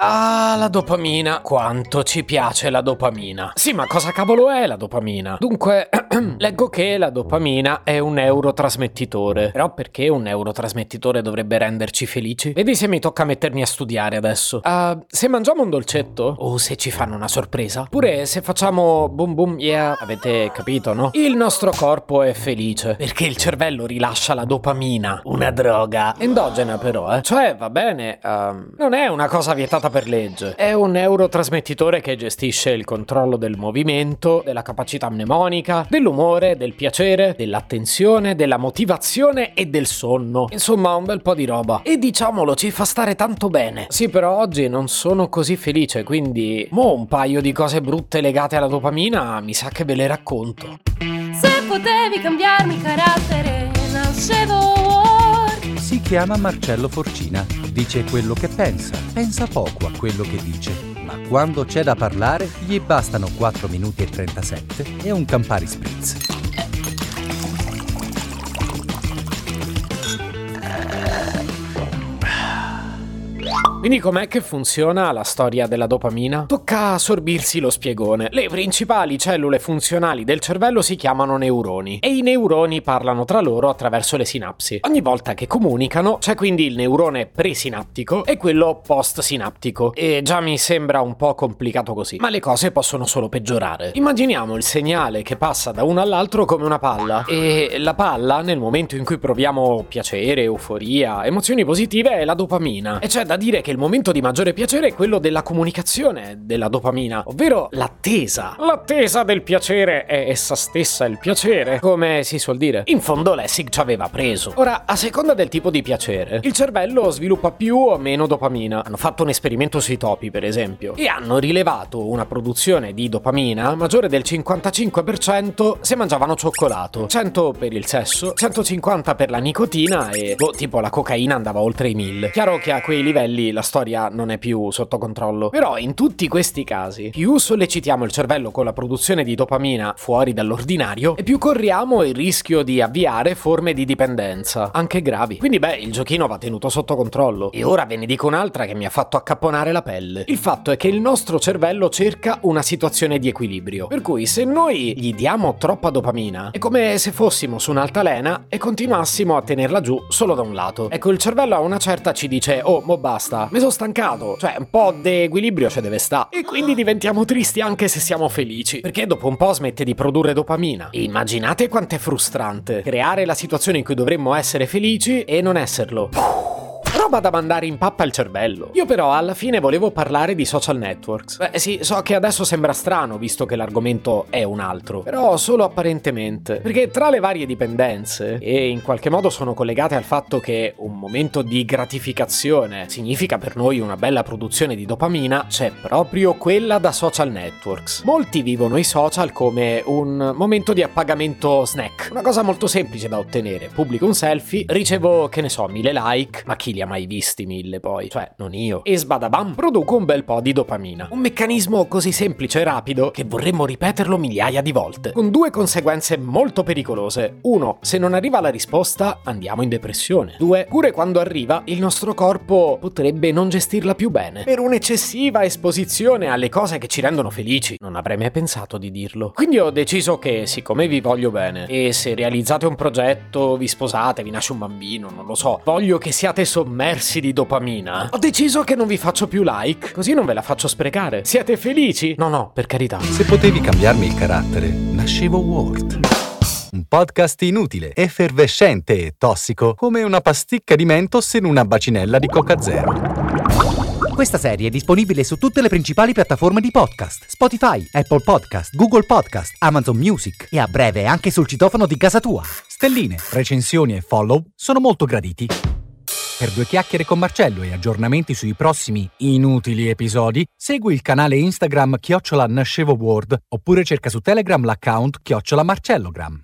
Ah, la dopamina. Quanto ci piace la dopamina. Sì, ma cosa cavolo è la dopamina? Dunque, leggo che la dopamina è un neurotrasmettitore. Però perché un neurotrasmettitore dovrebbe renderci felici? Vedi se mi tocca mettermi a studiare adesso. Se mangiamo un dolcetto? O se ci fanno una sorpresa? Oppure se facciamo boom boom yeah? Avete capito, no? Il nostro corpo è felice perché il cervello rilascia la dopamina. Una droga endogena però, Cioè, va bene, non è una cosa vietata per legge. È un neurotrasmettitore che gestisce il controllo del movimento, della capacità mnemonica, dell'umore, del piacere, dell'attenzione, della motivazione e del sonno. Insomma, un bel po' di roba. E diciamolo, ci fa stare tanto bene. Sì, però oggi non sono così felice, quindi un paio di cose brutte legate alla dopamina mi sa che ve le racconto. Se potevi cambiarmi carattere, nascevo. Si chiama Marcello Forcina, dice quello che pensa poco a quello che dice, ma quando c'è da parlare gli bastano 4 minuti e 37 e un Campari Spritz. Quindi com'è che funziona la storia della dopamina? Tocca sorbirsi lo spiegone. Le principali cellule funzionali del cervello si chiamano neuroni e i neuroni parlano tra loro attraverso le sinapsi. Ogni volta che comunicano c'è quindi il neurone presinaptico e quello postsinaptico. E già mi sembra un po' complicato così, ma le cose possono solo peggiorare. Immaginiamo il segnale che passa da uno all'altro come una palla e la palla, nel momento in cui proviamo piacere, euforia, emozioni positive, è la dopamina. E c'è da dire che il momento di maggiore piacere è quello della comunicazione della dopamina, ovvero l'attesa. L'attesa del piacere è essa stessa il piacere, come si suol dire. In fondo Lessig ci aveva preso. Ora, a seconda del tipo di piacere, il cervello sviluppa più o meno dopamina. Hanno fatto un esperimento sui topi, per esempio, e hanno rilevato una produzione di dopamina maggiore del 55% se mangiavano cioccolato, 100 per il sesso, 150 per la nicotina e, tipo la cocaina andava oltre i 1000. Chiaro che a quei livelli la storia non è più sotto controllo. Però in tutti questi casi, più sollecitiamo il cervello con la produzione di dopamina fuori dall'ordinario e più corriamo il rischio di avviare forme di dipendenza, anche gravi. Quindi il giochino va tenuto sotto controllo. E ora ve ne dico un'altra che mi ha fatto accapponare la pelle. Il fatto è che il nostro cervello cerca una situazione di equilibrio, per cui se noi gli diamo troppa dopamina è come se fossimo su un'altalena e continuassimo a tenerla giù solo da un lato. Ecco, il cervello a una certa ci dice mo basta, mi sono stancato, cioè un po' di equilibrio ci deve sta. E quindi diventiamo tristi anche se siamo felici, perché dopo un po' smette di produrre dopamina. E immaginate quanto è frustrante creare la situazione in cui dovremmo essere felici e non esserlo. Roba da mandare in pappa il cervello. Io però alla fine volevo parlare di social networks. Sì, so che adesso sembra strano visto che l'argomento è un altro, però solo apparentemente, perché tra le varie dipendenze, e in qualche modo sono collegate al fatto che un momento di gratificazione significa per noi una bella produzione di dopamina, c'è proprio quella da social networks. Molti vivono i social come un momento di appagamento snack, una cosa molto semplice da ottenere. Pubblico un selfie, ricevo, che ne so, 1000 like, ma chi li ha mai visti 1000 poi? Cioè, non io. E sbadabam, produco un bel po' di dopamina. Un meccanismo così semplice e rapido che vorremmo ripeterlo migliaia di volte, con due conseguenze molto pericolose. 1. Se non arriva la risposta, andiamo in depressione. 2. Pure quando arriva, il nostro corpo potrebbe non gestirla più bene, per un'eccessiva esposizione alle cose che ci rendono felici. Non avrei mai pensato di dirlo. Quindi ho deciso che, siccome vi voglio bene, e se realizzate un progetto, vi sposate, vi nasce un bambino, non lo so, voglio che siate sommersi di dopamina, ho deciso che non vi faccio più like, così non ve la faccio sprecare. Siete felici? No, per carità. Se potevi cambiarmi il carattere, nascevo Word. Un podcast inutile, effervescente e tossico, come una pasticca di Mentos in una bacinella di Coca Zero. Questa serie è disponibile su tutte le principali piattaforme di podcast: Spotify, Apple Podcast, Google Podcast, Amazon Music e a breve anche sul citofono di casa tua. Stelline, recensioni e follow sono molto graditi. Per 2 chiacchiere con Marcello e aggiornamenti sui prossimi inutili episodi, segui il canale Instagram @NascevoWord oppure cerca su Telegram l'account @MarcelloGram.